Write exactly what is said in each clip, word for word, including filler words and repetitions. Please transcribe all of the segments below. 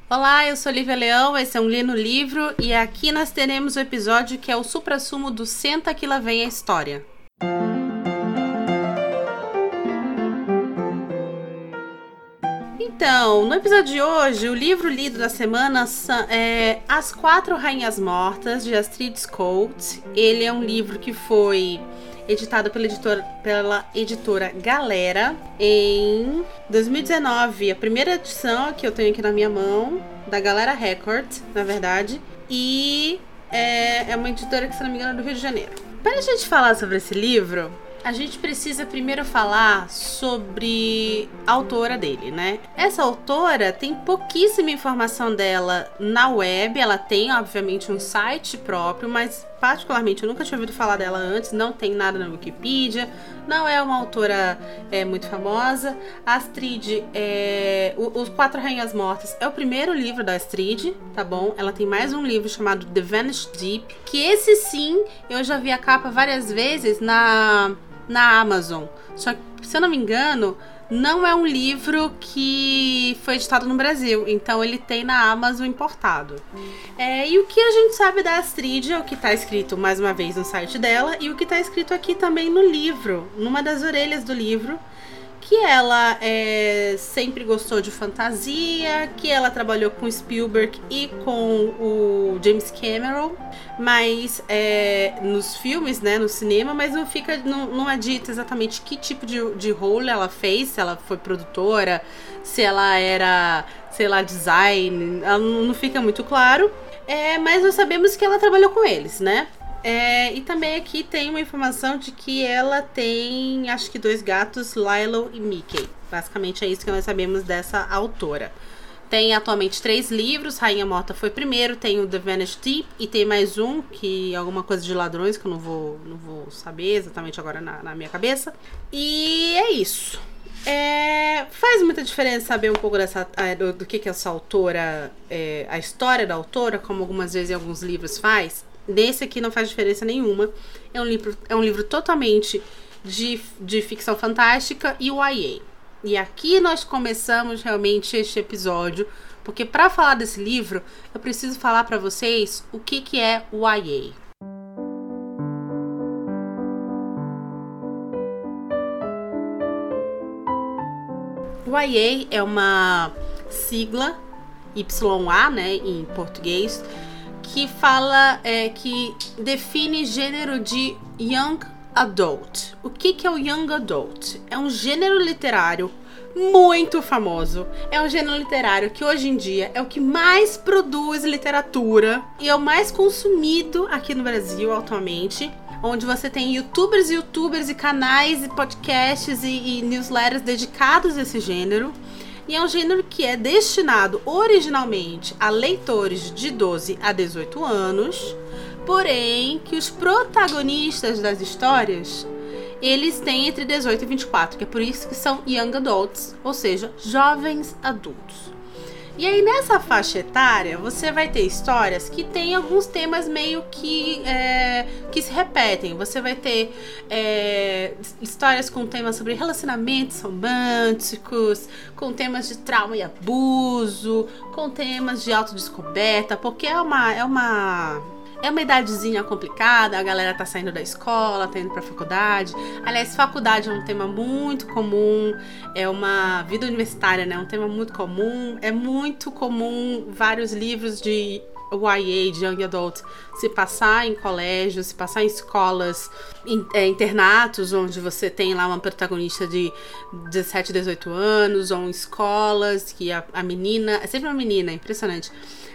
Olá, eu sou Lívia Leão, esse é um Lê no Livro e aqui nós teremos o episódio que é o suprassumo do Senta que lá vem a história. Então, no episódio de hoje, o livro lido da semana é As Quatro Rainhas Mortas, de Astrid Skold. Ele é um livro que foi editado pela editora, pela editora Galera em dois mil e dezenove. A primeira edição que eu tenho aqui na minha mão, da Galera Record, na verdade. E é, é uma editora que, se não me engano, é do Rio de Janeiro. Para a gente falar sobre esse livro, a gente precisa primeiro falar sobre a autora dele, né? Essa autora tem pouquíssima informação dela na web. Ela tem, obviamente, um site próprio, mas particularmente eu nunca tinha ouvido falar dela antes. Não tem nada na Wikipedia. Não é uma autora é, muito famosa. A Astrid, é, o, Os Quatro Rainhas Mortas é o primeiro livro da Astrid, tá bom? Ela tem mais um livro chamado The Vanished Deep, que esse sim, eu já vi a capa várias vezes na... na Amazon. Só que, se eu não me engano, não é um livro que foi editado no Brasil. Então ele tem na Amazon importado. É, e o que a gente sabe da Astrid é o que está escrito mais uma vez no site dela. E o que está escrito aqui também no livro, numa das orelhas do livro, que ela é, sempre gostou de fantasia, que ela trabalhou com Spielberg e com o James Cameron, mas é, nos filmes, né, no cinema, mas não fica, não, não é dito exatamente que tipo de, de role ela fez, se ela foi produtora, se ela era, sei lá, design, ela não fica muito claro, é, mas nós sabemos que ela trabalhou com eles, né? É, e também aqui tem uma informação de que ela tem, acho que dois gatos, Lilo e Mickey. Basicamente é isso que nós sabemos dessa autora. Tem atualmente três livros. Rainha Morta foi primeiro, tem o The Vanished Deep e tem mais um, que é alguma coisa de ladrões, que eu não vou, não vou saber exatamente agora na, na minha cabeça. E é isso. É, faz muita diferença saber um pouco dessa, do, do que, que essa autora, é, a história da autora, como algumas vezes em alguns livros faz. Nesse aqui não faz diferença nenhuma. É um livro, é um livro totalmente de, de ficção fantástica e Y A. E aqui nós começamos realmente este episódio, porque para falar desse livro, eu preciso falar para vocês o que, que é Y A. Y A é uma sigla, Y A, né, em português, que fala, é, que define gênero de Young Adult. O que, que é o Young Adult? É um gênero literário muito famoso. É um gênero literário que hoje em dia é o que mais produz literatura e é o mais consumido aqui no Brasil atualmente. Onde você tem youtubers e youtubers e canais e podcasts e, e newsletters dedicados a esse gênero. E é um gênero que é destinado originalmente a leitores de doze a dezoito anos, porém que os protagonistas das histórias, eles têm entre dezoito e vinte e quatro, que é por isso que são young adults, ou seja, jovens adultos. E aí nessa faixa etária você vai ter histórias que tem alguns temas meio que, é, que se repetem. Você vai ter é, histórias com temas sobre relacionamentos românticos, com temas de trauma e abuso, com temas de autodescoberta, porque é uma... É uma É uma idadezinha complicada, a galera tá saindo da escola, tá indo pra faculdade. Aliás, faculdade é um tema muito comum, é uma vida universitária, né? É um tema muito comum. É muito comum vários livros de Y A, de Young Adult, se passar em colégios, se passar em escolas, in, é, internatos, onde você tem lá uma protagonista de dezessete, dezoito anos, ou em escolas que a, a menina... É sempre uma menina, é impressionante.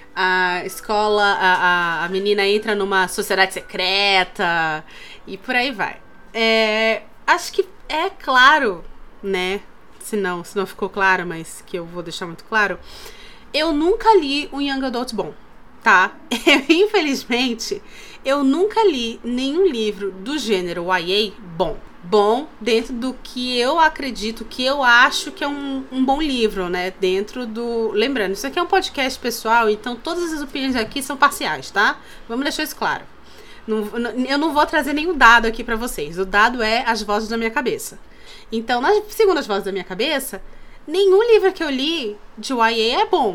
A escola, a, a, a menina entra numa sociedade secreta e por aí vai. É, acho que é claro, né? Se não, se não ficou claro, mas que eu vou deixar muito claro. Eu nunca li um Young Adult bom, tá? Eu, infelizmente, eu nunca li nenhum livro do gênero Y A bom. Bom dentro do que eu acredito, que eu acho que é um, um bom livro, né? Dentro do... Lembrando, isso aqui é um podcast pessoal, então todas as opiniões aqui são parciais, tá? Vamos deixar isso claro. Não, eu não vou trazer nenhum dado aqui pra vocês. O dado é as vozes da minha cabeça. Então, nas, segundo as vozes da minha cabeça, nenhum livro que eu li de Y A é bom.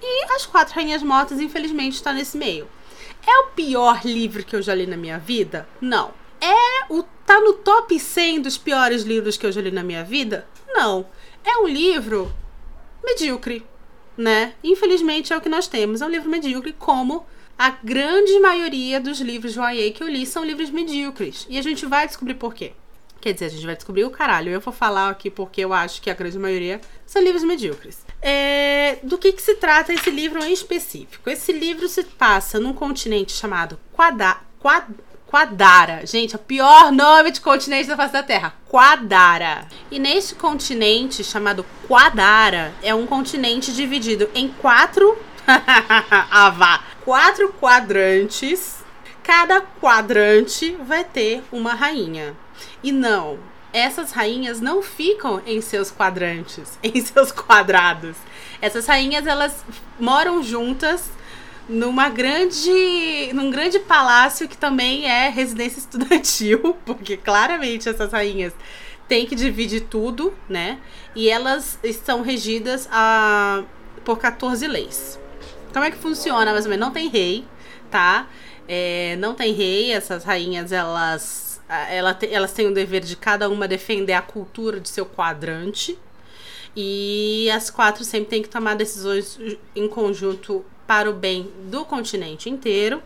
E As Quatro Rainhas Mortas, infelizmente, está nesse meio. É o pior livro que eu já li na minha vida? Não. É o tá no top cem dos piores livros que eu já li na minha vida? Não. É um livro medíocre, né? Infelizmente é o que nós temos. É um livro medíocre, como a grande maioria dos livros de Y A que eu li são livros medíocres. E a gente vai descobrir por quê. Quer dizer, a gente vai descobrir o caralho. Eu vou falar aqui porque eu acho que a grande maioria são livros medíocres. É, do que, que se trata esse livro em específico? Esse livro se passa num continente chamado Quada, Quad, Quadara. Gente, é o pior nome de continente da face da Terra. Quadara. E neste continente chamado Quadara, é um continente dividido em quatro... ah, vá. Quatro quadrantes. Cada quadrante vai ter uma rainha. E não, essas rainhas não ficam em seus quadrantes, em seus quadrados. Essas rainhas, elas moram juntas numa grande, num grande palácio que também é residência estudantil, porque claramente essas rainhas têm que dividir tudo, né? E elas estão regidas a, por quatorze leis. Como é que funciona, mais ou menos? Não tem rei, tá? É, não tem rei, essas rainhas, elas... Ela te, elas têm o dever de cada uma defender a cultura de seu quadrante. E as quatro sempre têm que tomar decisões em conjunto para o bem do continente inteiro.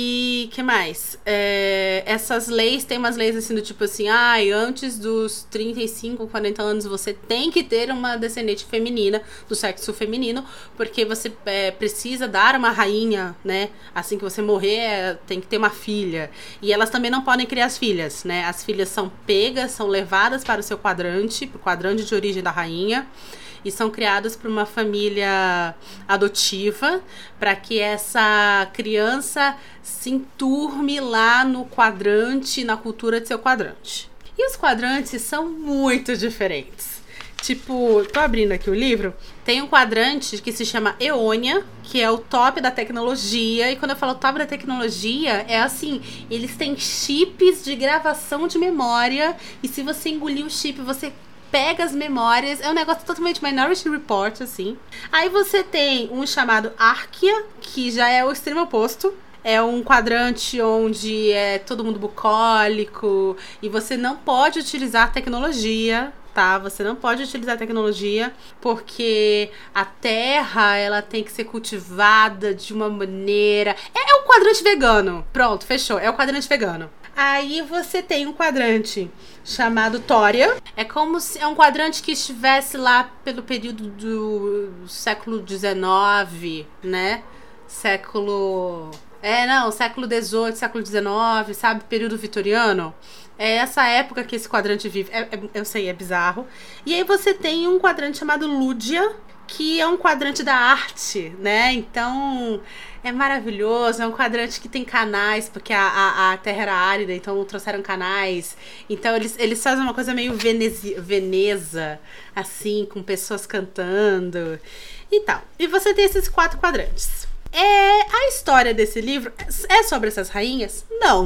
E que mais? É, essas leis, tem umas leis assim do tipo assim, ai, ah, antes dos trinta e cinco, quarenta anos você tem que ter uma descendente feminina, do sexo feminino, porque você é, precisa dar uma rainha, né? Assim que você morrer, é, tem que ter uma filha. E elas também não podem criar as filhas, né? As filhas são pegas, são levadas para o seu quadrante, para o quadrante de origem da rainha, e são criadas por uma família adotiva, para que essa criança se enturme lá no quadrante, na cultura de seu quadrante. E os quadrantes são muito diferentes. Tipo, tô abrindo aqui o livro, tem um quadrante que se chama Eônia, que é o top da tecnologia. E quando eu falo top da tecnologia, é assim, eles têm chips de gravação de memória, e se você engolir o chip, você pega as memórias. É um negócio totalmente Minority Report, assim. Aí você tem um chamado Arquia, que já é o extremo oposto. É um quadrante onde é todo mundo bucólico e você não pode utilizar tecnologia, tá? Você não pode utilizar tecnologia porque a terra, ela tem que ser cultivada de uma maneira... É, é um quadrante vegano. Pronto, fechou. É o quadrante vegano. Aí você tem um quadrante chamado Tória. É como se é um quadrante que estivesse lá pelo período do século dezenove, né? Século... É, não, século dezoito, século dezenove, sabe? Período vitoriano. É essa época que esse quadrante vive. É, é, eu sei, é bizarro. E aí você tem um quadrante chamado Lúdia, que é um quadrante da arte, né? Então, é maravilhoso. É um quadrante que tem canais, porque a, a, a terra era árida, então trouxeram canais. Então, eles, eles fazem uma coisa meio venezi, Veneza, assim, com pessoas cantando e tal. E você tem esses quatro quadrantes. É, a história desse livro é sobre essas rainhas? Não.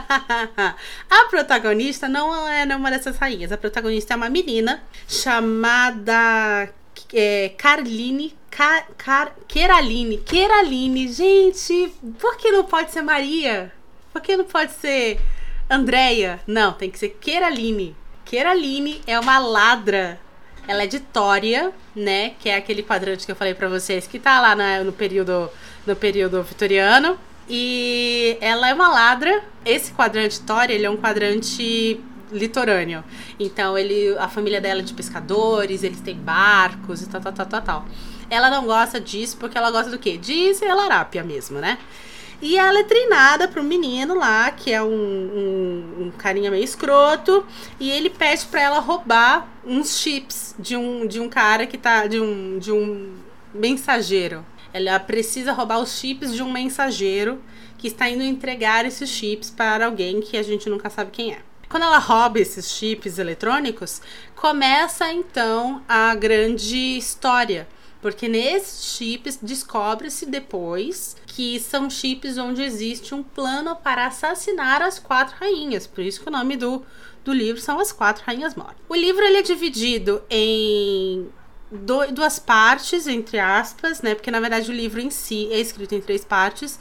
A protagonista não é uma dessas rainhas. A protagonista é uma menina chamada é, Carline, Car, Car, Queraline. Queraline, gente, por que não pode ser Maria? Por que não pode ser Andréia? Não, tem que ser Queraline. Queraline é uma ladra. Ela é de Tória, né? Que é aquele quadrante que eu falei pra vocês, que tá lá na, no período... no período vitoriano, e ela é uma ladra. Esse quadrante Tória, ele é um quadrante litorâneo, então ele, a família dela é de pescadores, eles têm barcos e tal, tal, tal, tal, tal. Ela não gosta disso porque ela gosta do quê? De ser larápia mesmo, né? E ela é treinada para um menino lá, que é um, um, um carinha meio escroto, e ele pede para ela roubar uns chips de um, de um cara que tá, de um, de um mensageiro. Ela precisa roubar os chips de um mensageiro que está indo entregar esses chips para alguém que a gente nunca sabe quem é. Quando ela rouba esses chips eletrônicos, começa então a grande história. Porque nesses chips descobre-se depois que são chips onde existe um plano para assassinar as quatro rainhas. Por isso que o nome do, do livro são As Quatro Rainhas Mortas. O livro ele é dividido em do, duas partes, entre aspas, né? Porque, na verdade, o livro em si é escrito em três partes,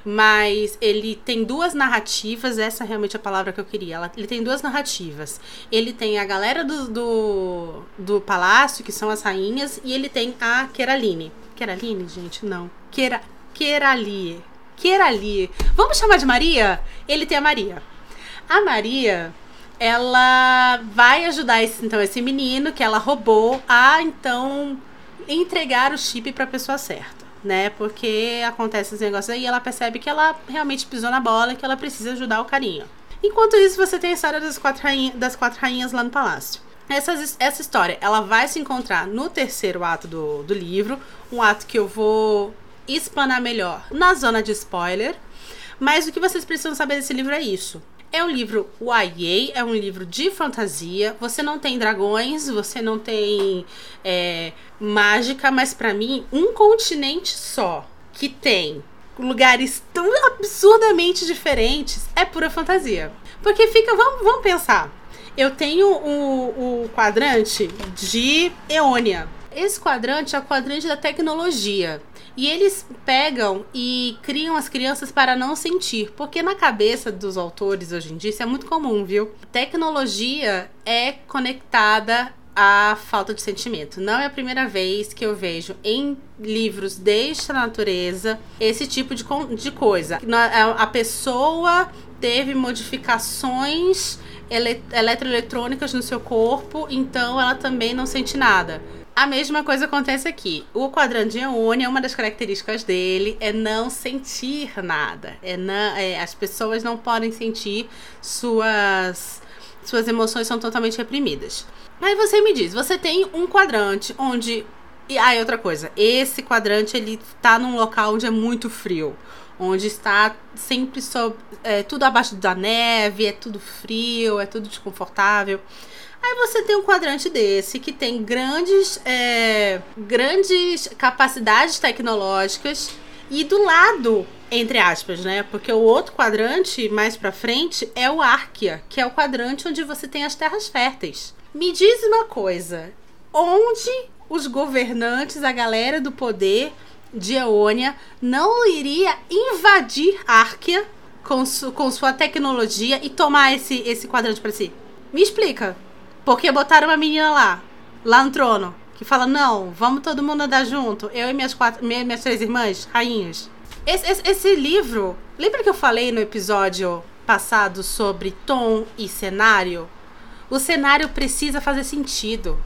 mas ele tem duas narrativas, essa é realmente a palavra que eu queria. Ela, ele tem duas narrativas. Ele tem a galera do, do, do palácio, que são as rainhas, e ele tem a Queraline. Queraline, gente? Não. Quera, Queralie. Queralie. Vamos chamar de Maria? Ele tem a Maria. A Maria, ela vai ajudar esse, então, esse menino que ela roubou a, então, entregar o chip para a pessoa certa, né? Porque acontece esse negócio aí e ela percebe que ela realmente pisou na bola e que ela precisa ajudar o carinha. Enquanto isso, você tem a história das quatro, rainha, das quatro rainhas lá no palácio. Essa, essa história, ela vai se encontrar no terceiro ato do, do livro, um ato que eu vou explanar melhor na zona de spoiler, mas o que vocês precisam saber desse livro é isso. É um livro Y A, é um livro de fantasia, você não tem dragões, você não tem é, mágica, mas pra mim, um continente só, que tem lugares tão absurdamente diferentes, é pura fantasia. Porque fica, vamos, vamos pensar, eu tenho o, o quadrante de Eônia. Esse quadrante é o quadrante da tecnologia. E eles pegam e criam as crianças para não sentir. Porque na cabeça dos autores hoje em dia, isso é muito comum, viu? Tecnologia é conectada à falta de sentimento. Não é a primeira vez que eu vejo em livros desta natureza esse tipo de, de coisa. A pessoa teve modificações ele, eletroeletrônicas no seu corpo, então ela também não sente nada. A mesma coisa acontece aqui. O quadrante de Eônia, uma das características dele é não sentir nada. É não, é, as pessoas não podem sentir, suas, suas emoções são totalmente reprimidas. Aí você me diz, você tem um quadrante onde... E aí, ah, outra coisa, esse quadrante ele tá num local onde é muito frio. Onde está sempre sob, é, tudo abaixo da neve, é tudo frio, é tudo desconfortável. Aí você tem um quadrante desse que tem grandes, é, grandes capacidades tecnológicas e do lado, entre aspas, né? Porque o outro quadrante, mais pra frente, é o Árquia, que é o quadrante onde você tem as terras férteis. Me diz uma coisa, onde os governantes, a galera do poder de Eônia não iria invadir Árquia com, su, com sua tecnologia e tomar esse, esse quadrante pra si? Me explica. Porque botaram uma menina lá, lá no trono, que fala, não, vamos todo mundo andar junto, eu e minhas, quatro, minhas, minhas três irmãs, rainhas. Esse, esse, esse livro, lembra que eu falei no episódio passado sobre tom e cenário? O cenário precisa fazer sentido.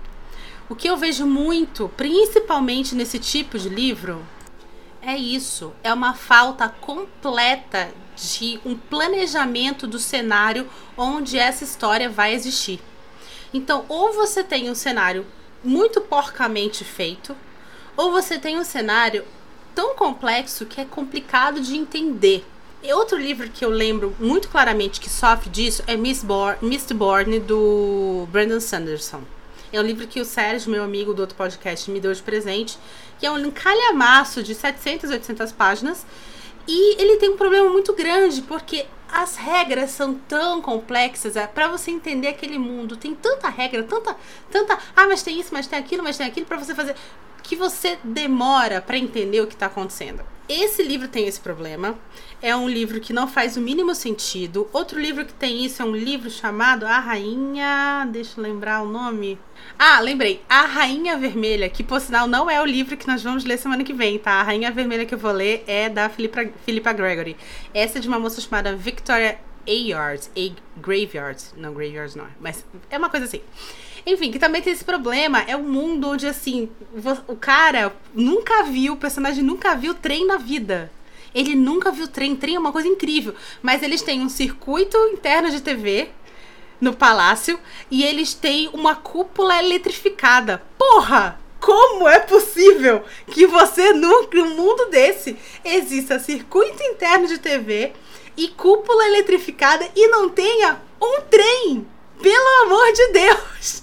O que eu vejo muito, principalmente nesse tipo de livro, é isso, é uma falta completa de um planejamento do cenário onde essa história vai existir. Então, ou você tem um cenário muito porcamente feito, ou você tem um cenário tão complexo que é complicado de entender. E outro livro que eu lembro muito claramente que sofre disso é Mistborn, do Brandon Sanderson. É um livro que o Sérgio, meu amigo do outro podcast, me deu de presente, que é um calhamaço de setecentas, oitocentas páginas, e ele tem um problema muito grande, porque as regras são tão complexas, é, para você entender aquele mundo, tem tanta regra, tanta, tanta, ah, mas tem isso, mas tem aquilo, mas tem aquilo, para você fazer, que você demora para entender o que está acontecendo. Esse livro tem esse problema, é um livro que não faz o mínimo sentido. Outro livro que tem isso é um livro chamado A Rainha, deixa eu lembrar o nome. Ah, lembrei, A Rainha Vermelha, que por sinal não é o livro que nós vamos ler semana que vem, tá? A Rainha Vermelha que eu vou ler é da Philippa, Philippa Gregory. Essa é de uma moça chamada Victoria Ayard, A Graveyard, não, Graveyard não, mas é uma coisa assim. Enfim, que também tem esse problema, é um mundo onde, assim, o cara nunca viu, o personagem nunca viu trem na vida. Ele nunca viu trem, trem é uma coisa incrível, mas eles têm um circuito interno de T V no palácio e eles têm uma cúpula eletrificada. Porra! Como é possível que você, num, num mundo desse, exista circuito interno de T V e cúpula eletrificada e não tenha um trem? Pelo amor de Deus!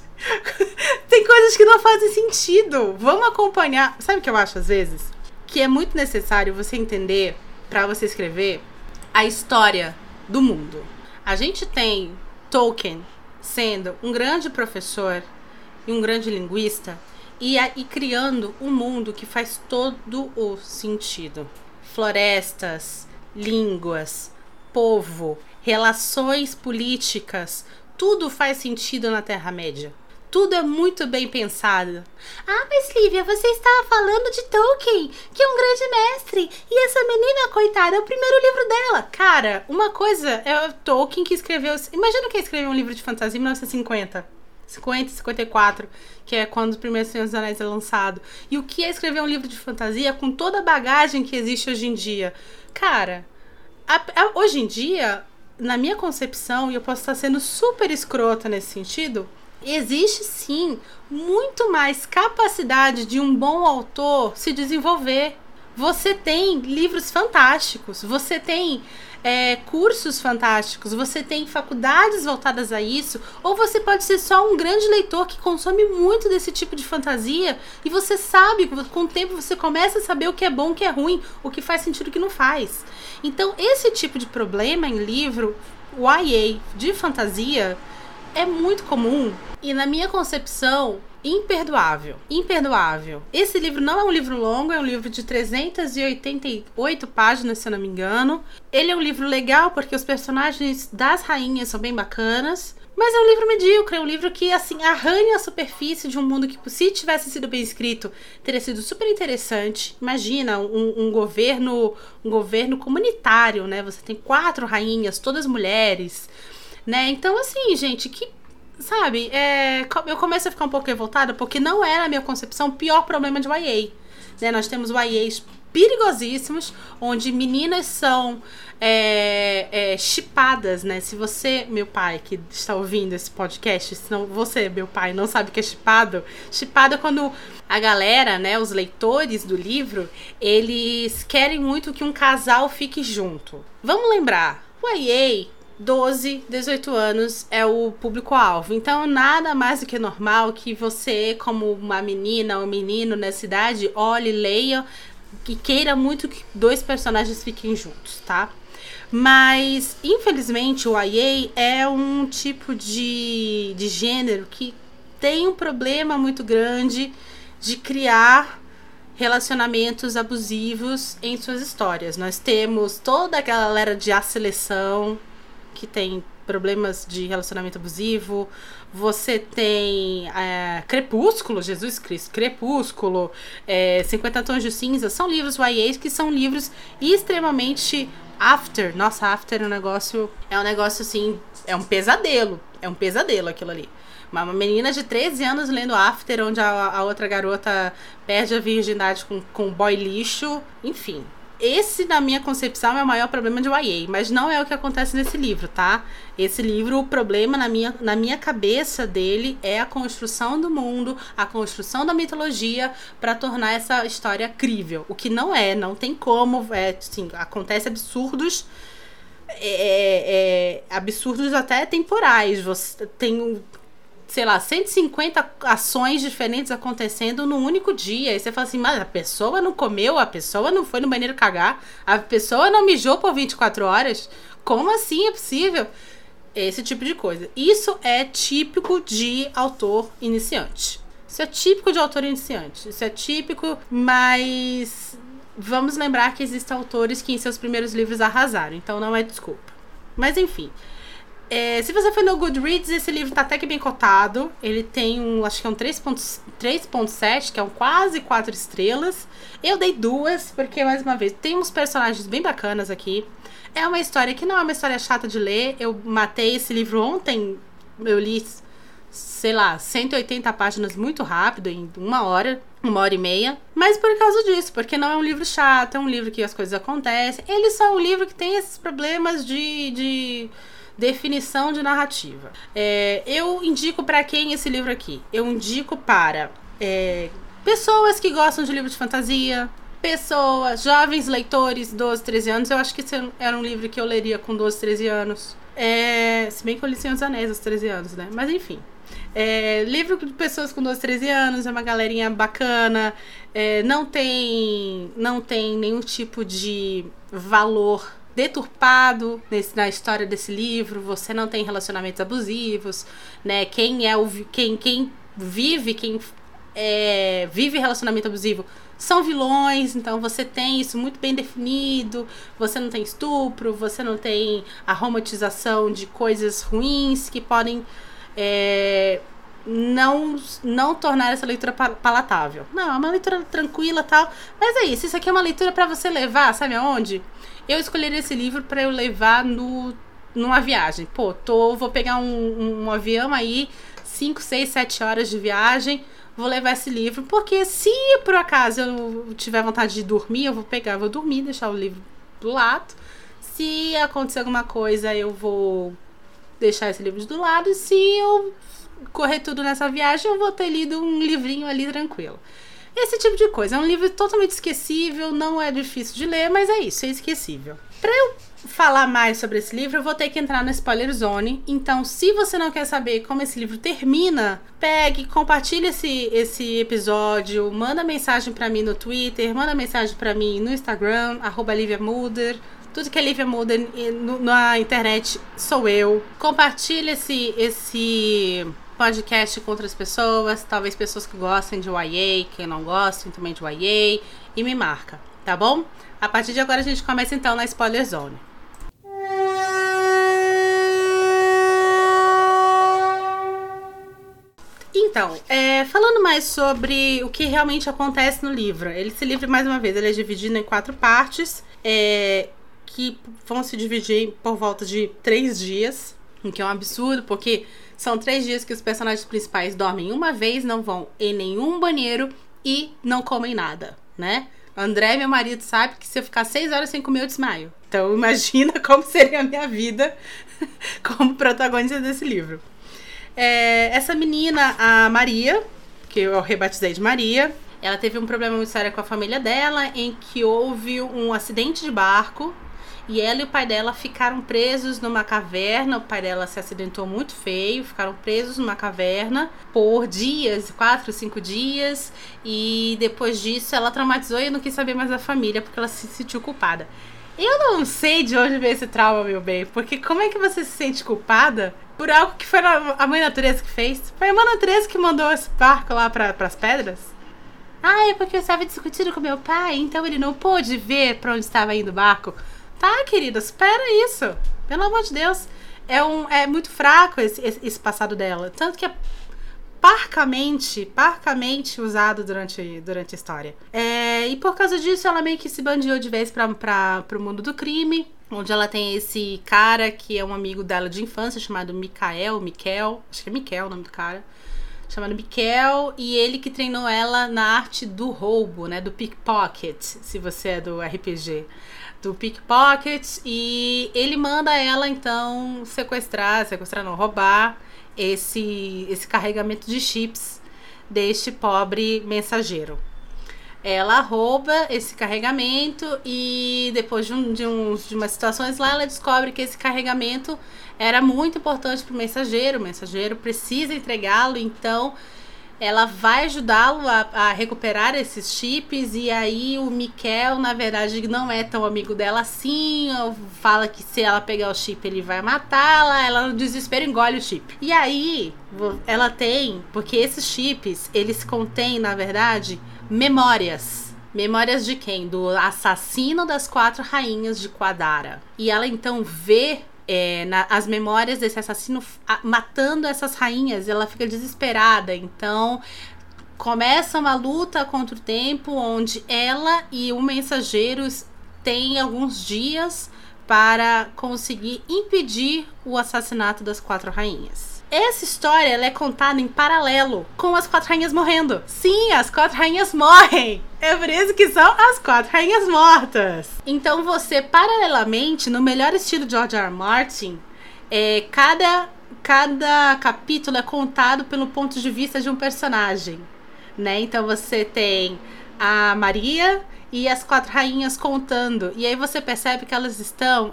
Tem coisas que não fazem sentido. Vamos acompanhar. Sabe o que eu acho às vezes? Que é muito necessário você entender, para você escrever, a história do mundo. A gente tem Tolkien sendo um grande professor e um grande linguista, e, e criando um mundo que faz todo o sentido. Florestas, línguas, povo, relações políticas, tudo faz sentido na Terra-média. Tudo é muito bem pensado. Ah, mas Lívia, você estava falando de Tolkien, que é um grande mestre. E essa menina, coitada, é o primeiro livro dela. Cara, uma coisa é o Tolkien que escreveu... Imagina quem escreveu um livro de fantasia em mil novecentos e cinquenta. cinquenta, cinquenta e quatro, que é quando o primeiro Senhor dos Anéis é lançado. E o que é escrever um livro de fantasia com toda a bagagem que existe hoje em dia? Cara, a, a, hoje em dia, na minha concepção, e eu posso estar sendo super escrota nesse sentido... Existe sim muito mais capacidade de um bom autor se desenvolver. Você tem livros fantásticos, você tem é, cursos fantásticos, você tem faculdades voltadas a isso, ou você pode ser só um grande leitor que consome muito desse tipo de fantasia e você sabe, com o tempo você começa a saber o que é bom, o que é ruim, o que faz sentido e o que não faz. Então esse tipo de problema em livro Y A de fantasia é muito comum e, na minha concepção, imperdoável. Imperdoável. Esse livro não é um livro longo, é um livro de trezentas e oitenta e oito páginas, se eu não me engano. Ele é um livro legal porque os personagens das rainhas são bem bacanas, mas é um livro medíocre, é um livro que, assim, arranha a superfície de um mundo que, se tivesse sido bem escrito, teria sido super interessante. Imagina um, um governo, um governo comunitário, né? Você tem quatro rainhas, todas mulheres... Né? Então, assim, gente, que, sabe, é, eu começo a ficar um pouco revoltada porque não é, na minha concepção, o pior problema de Y A. Né? Nós temos Y As perigosíssimos, onde meninas são é, é, chipadas, né? Se você, meu pai, que está ouvindo esse podcast, se não, você, meu pai, não sabe o que é chipado, chipado é quando a galera, né, os leitores do livro, eles querem muito que um casal fique junto. Vamos lembrar, Y A... doze, dezoito anos é o público-alvo. Então, nada mais do que normal que você, como uma menina ou menino nessa idade, olhe, leia e queira muito que dois personagens fiquem juntos, tá? Mas, infelizmente, o Y A é um tipo de, de gênero que tem um problema muito grande de criar relacionamentos abusivos em suas histórias. Nós temos toda aquela galera de A Seleção, que tem problemas de relacionamento abusivo. Você tem é, Crepúsculo, Jesus Cristo, Crepúsculo, é, cinquenta Tons de Cinza, são livros Y As que são livros extremamente after. Nossa, after é um negócio, é um negócio assim, é um pesadelo, é um pesadelo aquilo ali. Uma, uma menina de treze anos lendo After, onde a, a outra garota perde a virgindade com, com um boy lixo, enfim. Esse, na minha concepção, é o maior problema de Y A, mas não é o que acontece nesse livro, tá? Esse livro, o problema na minha, na minha cabeça dele é a construção do mundo, a construção da mitologia para tornar essa história crível. O que não é, não tem como, é, assim, acontece absurdos, é, é, absurdos até temporais. Você tem, sei lá, cento e cinquenta ações diferentes acontecendo num único dia. E você fala assim, mas a pessoa não comeu, a pessoa não foi no banheiro cagar, a pessoa não mijou por vinte e quatro horas. Como assim é possível? Esse tipo de coisa. Isso é típico de autor iniciante. Isso é típico de autor iniciante. Isso é típico, mas vamos lembrar que existem autores que em seus primeiros livros arrasaram. Então não é desculpa. Mas enfim... É, se você for no Goodreads, esse livro tá até que bem cotado. Ele tem um, acho que é um três ponto sete, que é um quase quatro estrelas. Eu dei duas, porque, mais uma vez, tem uns personagens bem bacanas aqui. É uma história que não é uma história chata de ler. Eu matei esse livro ontem, eu li, sei lá, cento e oitenta páginas muito rápido, em uma hora, uma hora e meia. Mas por causa disso, porque não é um livro chato, é um livro que as coisas acontecem. Ele só é um livro que tem esses problemas de... de definição de narrativa. É, eu indico para quem esse livro aqui? Eu indico para é, pessoas que gostam de livros de fantasia, pessoas, jovens leitores, doze, treze anos. Eu acho que esse era um livro que eu leria com doze, treze anos. É, se bem que eu li Senhor dos Anéis aos treze anos, né? Mas enfim. É, livro de pessoas com doze, treze anos, é uma galerinha bacana, é, não tem, não tem nenhum tipo de valor deturpado nesse, na história desse livro. Você não tem relacionamentos abusivos, né? Quem é o quem, quem vive, quem é, vive relacionamento abusivo são vilões, então você tem isso muito bem definido, você não tem estupro, você não tem a romantização de coisas ruins que podem é, não, não tornar essa leitura palatável. Não, é uma leitura tranquila e tal, mas é isso, isso aqui é uma leitura para você levar, sabe aonde? Eu escolheria esse livro para eu levar no, numa viagem. Pô, tô, vou pegar um, um, um avião aí, cinco, seis, sete horas de viagem, vou levar esse livro, porque se por acaso eu tiver vontade de dormir, eu vou pegar, vou dormir, deixar o livro do lado. Se acontecer alguma coisa, eu vou deixar esse livro do lado. E se eu correr tudo nessa viagem, eu vou ter lido um livrinho ali tranquilo. Esse tipo de coisa. É um livro totalmente esquecível, não é difícil de ler, mas é isso, é esquecível. Pra eu falar mais sobre esse livro, eu vou ter que entrar no Spoiler Zone. Então, se você não quer saber como esse livro termina, pegue, compartilhe esse, esse episódio, manda mensagem pra mim no Twitter, manda mensagem pra mim no Instagram, arroba Lívia Mulder. Tudo que é Lívia Mulder na internet sou eu. Compartilhe esse, esse podcast com outras pessoas, talvez pessoas que gostem de Y A, que não gostem também de Y A, e me marca, tá bom? A partir de agora a gente começa então na Spoiler Zone. Então, é, falando mais sobre o que realmente acontece no livro. Esse livro, mais uma vez, ele é dividido em quatro partes, é, que vão se dividir por volta de três dias, o que é um absurdo, porque são três dias que os personagens principais dormem uma vez, não vão em nenhum banheiro e não comem nada, né? André, meu marido, sabe que se eu ficar seis horas sem comer, eu desmaio. Então, imagina como seria a minha vida como protagonista desse livro. É, essa menina, a Maria, que eu rebatizei de Maria, ela teve um problema muito sério com a família dela, em que houve um acidente de barco, e ela e o pai dela ficaram presos numa caverna. O pai dela se acidentou muito feio, ficaram presos numa caverna por dias, quatro, cinco dias, e depois disso ela traumatizou e não quis saber mais da família, porque ela se sentiu culpada. Eu não sei de onde veio esse trauma, meu bem, porque como é que você se sente culpada por algo que foi a mãe natureza que fez? Foi a mãe natureza que mandou esse barco lá para as pedras? Ah, é porque eu estava discutindo com meu pai, então ele não pôde ver para onde estava indo o barco. Tá, querida, supera isso. Pelo amor de Deus. É, um, é muito fraco esse, esse passado dela. Tanto que é parcamente, parcamente usado durante, durante a história. É, e por causa disso, ela meio que se bandiou de vez pra, pra, pro mundo do crime, onde ela tem esse cara que é um amigo dela de infância, chamado Mikael, Mikel, acho que é Mikel o nome do cara, chamado Mikel, e ele que treinou ela na arte do roubo, né, do pickpocket, se você é do R P G. Do pickpocket, e ele manda ela então sequestrar, sequestrar não, roubar esse, esse carregamento de chips deste pobre mensageiro. Ela rouba esse carregamento e depois de, um, de, uns, de umas situações lá, ela descobre que esse carregamento era muito importante para o mensageiro, o mensageiro precisa entregá-lo, então ela vai ajudá-lo a, a recuperar esses chips, e aí o Mikel, na verdade, não é tão amigo dela assim, fala que se ela pegar o chip ele vai matá-la, ela no desespero engole o chip. E aí ela tem, porque esses chips, eles contêm, na verdade, memórias. Memórias de quem? Do assassino das quatro rainhas de Quadara. E ela então vê É, na, as memórias desse assassino a, matando essas rainhas, ela fica desesperada. Então começa uma luta contra o tempo, onde ela e o mensageiro têm alguns dias para conseguir impedir o assassinato das quatro rainhas. Essa história ela é contada em paralelo com as quatro rainhas morrendo. Sim, as quatro rainhas morrem. É por isso que são as quatro rainhas mortas. Então você, paralelamente, no melhor estilo de George R. R. Martin, é, cada, cada capítulo é contado pelo ponto de vista de um personagem, né? Então você tem a Maria e as quatro rainhas contando. E aí você percebe que elas estão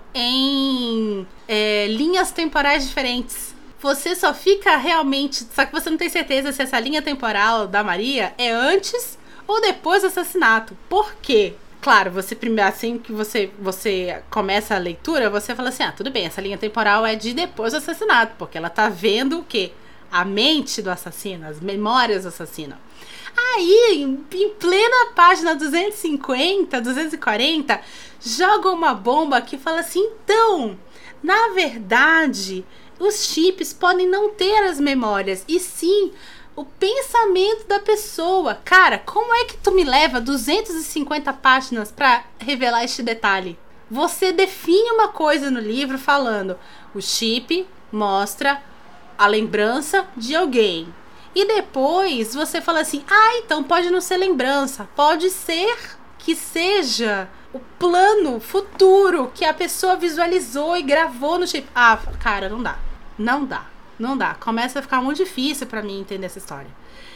em é, linhas temporais diferentes. Você só fica realmente... Só que você não tem certeza se essa linha temporal da Maria é antes ou depois do assassinato. Por quê? Claro, você primeiro, assim que você, você começa a leitura, você fala assim, ah, tudo bem, essa linha temporal é de depois do assassinato, porque ela tá vendo o quê? a mente do assassino, as memórias do assassino. Aí, em plena página duzentos e cinquenta, duzentos e quarenta, joga uma bomba que fala assim, então, na verdade, os chips podem não ter as memórias, e sim o pensamento da pessoa. Cara, como é que tu me leva duzentas e cinquenta páginas pra revelar este detalhe? Você define uma coisa no livro falando, o chip mostra a lembrança de alguém. E depois você fala assim, ah, então pode não ser lembrança, pode ser que seja o plano futuro que a pessoa visualizou e gravou no chip. Ah, cara, não dá, não dá, não dá. Começa a ficar muito difícil pra mim entender essa história.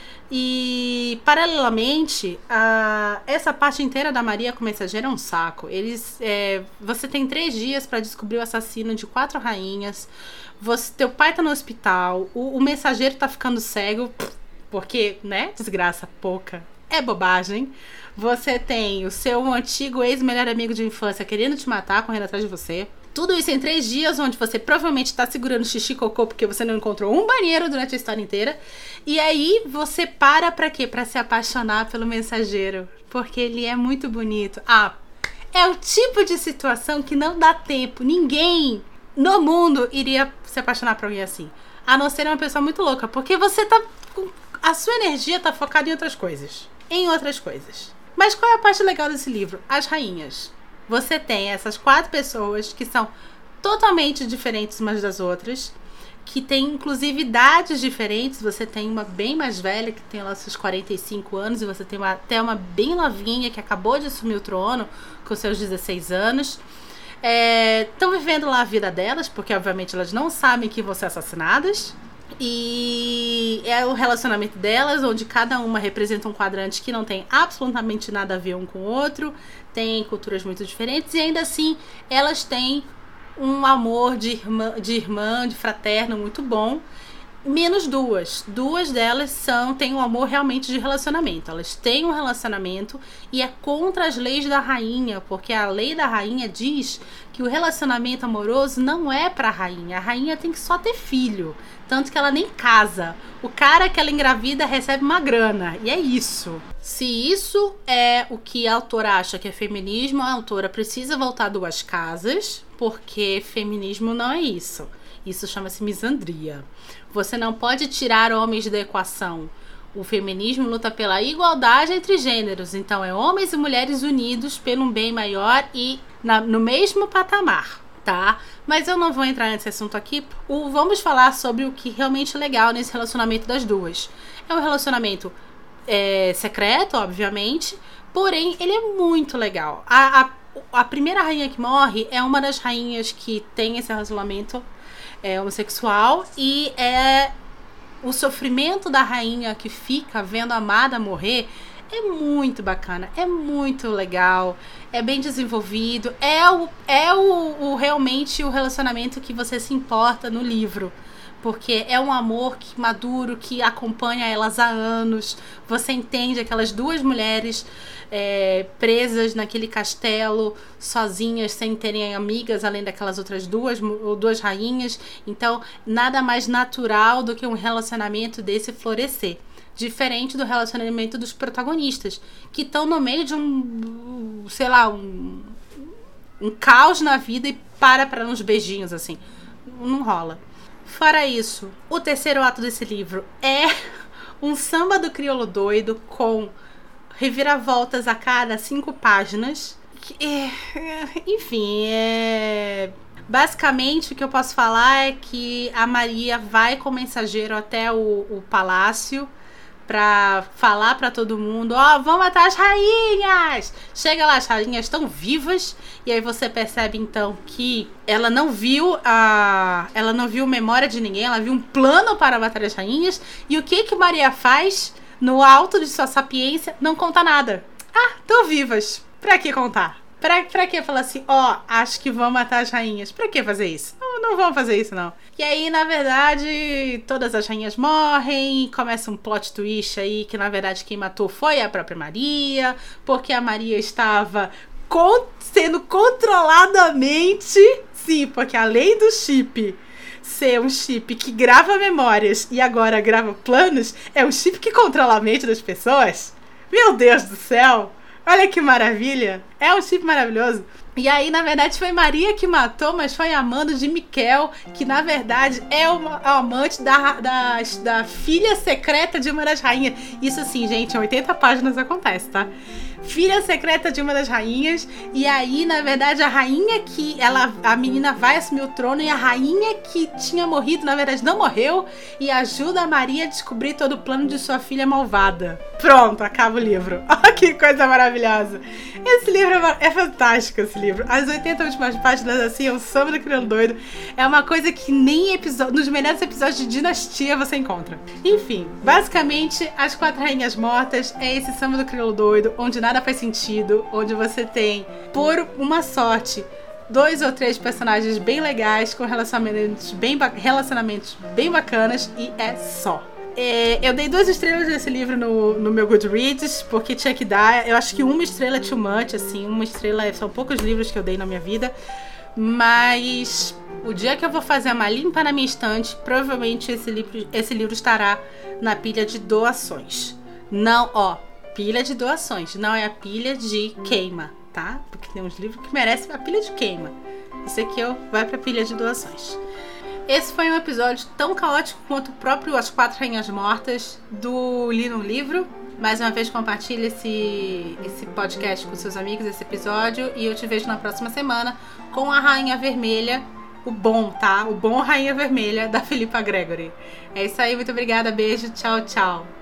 E, paralelamente, a, essa parte inteira da Maria com o mensageiro é um saco. Eles, é, você tem três dias pra descobrir o assassino de quatro rainhas. Você, teu pai tá no hospital, o, o mensageiro tá ficando cego, porque, né, desgraça pouca, é bobagem. Você tem o seu antigo ex-melhor amigo de infância querendo te matar, correndo atrás de você. Tudo isso em três dias, onde você provavelmente tá segurando xixi e cocô porque você não encontrou um banheiro durante a história inteira. E aí você para pra quê? Pra se apaixonar pelo mensageiro, porque ele é muito bonito. Ah, é o tipo de situação que não dá tempo. Ninguém no mundo iria se apaixonar por alguém assim, a não ser uma pessoa muito louca, porque você tá, a sua energia tá focada em outras coisas, em outras coisas. Mas qual é a parte legal desse livro? As rainhas. Você tem essas quatro pessoas que são totalmente diferentes umas das outras, que tem inclusive idades diferentes. Você tem uma bem mais velha, que tem lá seus quarenta e cinco anos, e você tem uma, até uma bem novinha, que acabou de assumir o trono com seus dezesseis anos. Estão é, vivendo lá a vida delas, porque obviamente elas não sabem que vão ser assassinadas. E é o relacionamento delas, onde cada uma representa um quadrante que não tem absolutamente nada a ver um com o outro, tem culturas muito diferentes, e ainda assim elas têm um amor de irmã, de irmã, de fraterno muito bom. Menos duas. Duas delas são, têm um amor realmente de relacionamento. Elas têm um relacionamento e é contra as leis da rainha, porque a lei da rainha diz que o relacionamento amoroso não é pra rainha. A rainha tem que só ter filho, tanto que ela nem casa. O cara que ela engravida recebe uma grana, e é isso. Se isso é o que a autora acha que é feminismo, a autora precisa voltar duas casas, porque feminismo não é isso. Isso chama-se misandria. Você não pode tirar homens da equação. O feminismo luta pela igualdade entre gêneros. Então é homens e mulheres unidos pelo um bem maior e na, no mesmo patamar, tá? Mas eu não vou entrar nesse assunto aqui. O, vamos falar sobre o que realmente é legal nesse relacionamento das duas. É um relacionamento é, secreto, obviamente, porém ele é muito legal. A, a, a primeira rainha que morre é uma das rainhas que tem esse relacionamento é homossexual, e é o sofrimento da rainha que fica vendo a amada morrer é muito bacana, é muito legal, é bem desenvolvido, é o, é o, o realmente o relacionamento que você se importa no livro, porque é um amor que, maduro, que acompanha elas há anos. Você entende aquelas duas mulheres é, presas naquele castelo, sozinhas, sem terem amigas, além daquelas outras duas, duas rainhas. Então, nada mais natural do que um relacionamento desse florescer. Diferente do relacionamento dos protagonistas, que estão no meio de um, sei lá, um, um caos na vida e para para uns beijinhos, assim. Não rola. Fora isso, o terceiro ato desse livro é um samba do crioulo doido com reviravoltas a cada cinco páginas. É, enfim, é... basicamente o que eu posso falar é que a Maria vai com o mensageiro até o, o palácio pra falar pra todo mundo, ó, oh, vamos matar as rainhas! Chega lá, as rainhas estão vivas, e aí você percebe então que ela não viu a... ela não viu memória de ninguém, ela viu um plano para matar as rainhas, e o que que Maria faz no alto de sua sapiência? Não conta nada. Ah, estão vivas. Pra que contar? Pra, pra que falar assim, ó, oh, acho que vão matar as rainhas? Pra que fazer isso? Não, não vão fazer isso, não. E aí, na verdade, todas as rainhas morrem, começa um plot twist aí, que na verdade quem matou foi a própria Maria, porque a Maria estava con- sendo controladamente, sim, porque a lei do chip ser um chip que grava memórias e agora grava planos, é um chip que controla a mente das pessoas? Meu Deus do céu! Olha que maravilha! É um chip maravilhoso. E aí, na verdade, foi Maria que matou, mas foi amando de Miquel, que na verdade é uma, é o amante da, da, da filha secreta de uma das rainhas. Isso assim, gente, em oitenta páginas acontece, tá? Filha secreta de uma das rainhas. E aí, na verdade, a rainha que ela, a menina vai assumir o trono, e a rainha que tinha morrido, na verdade, não morreu, e ajuda a Maria a descobrir todo o plano de sua filha malvada. Pronto, acaba o livro. Olha que coisa maravilhosa. Esse livro é, é fantástico, esse livro. As oitenta últimas páginas, assim, é o Samba do Crioulo Doido. É uma coisa que nem episódio, nos melhores episódios de Dinastia você encontra. Enfim, basicamente, As Quatro Rainhas Mortas é esse Samba do Crioulo Doido, onde nada faz sentido, onde você tem, por uma sorte, dois ou três personagens bem legais, com relacionamentos bem, relacionamentos bem bacanas, e é só. É, eu dei duas estrelas nesse livro no, no meu Goodreads, porque tinha que dar. Eu acho que uma estrela é too much, assim, uma estrela, são poucos livros que eu dei na minha vida, mas o dia que eu vou fazer uma limpa na minha estante, provavelmente esse livro, esse livro estará na pilha de doações. Não, ó, pilha de doações, não é a pilha de queima, tá? Porque tem uns livros que merecem a pilha de queima. Esse aqui ó, vai pra pilha de doações. Esse foi um episódio tão caótico quanto o próprio As Quatro Rainhas Mortas do Li no Livro. Mais uma vez, compartilhe esse, esse podcast com seus amigos, esse episódio, e eu te vejo na próxima semana com a Rainha Vermelha, o bom, tá? O bom Rainha Vermelha, da Philippa Gregory. É isso aí, muito obrigada, beijo, tchau, tchau.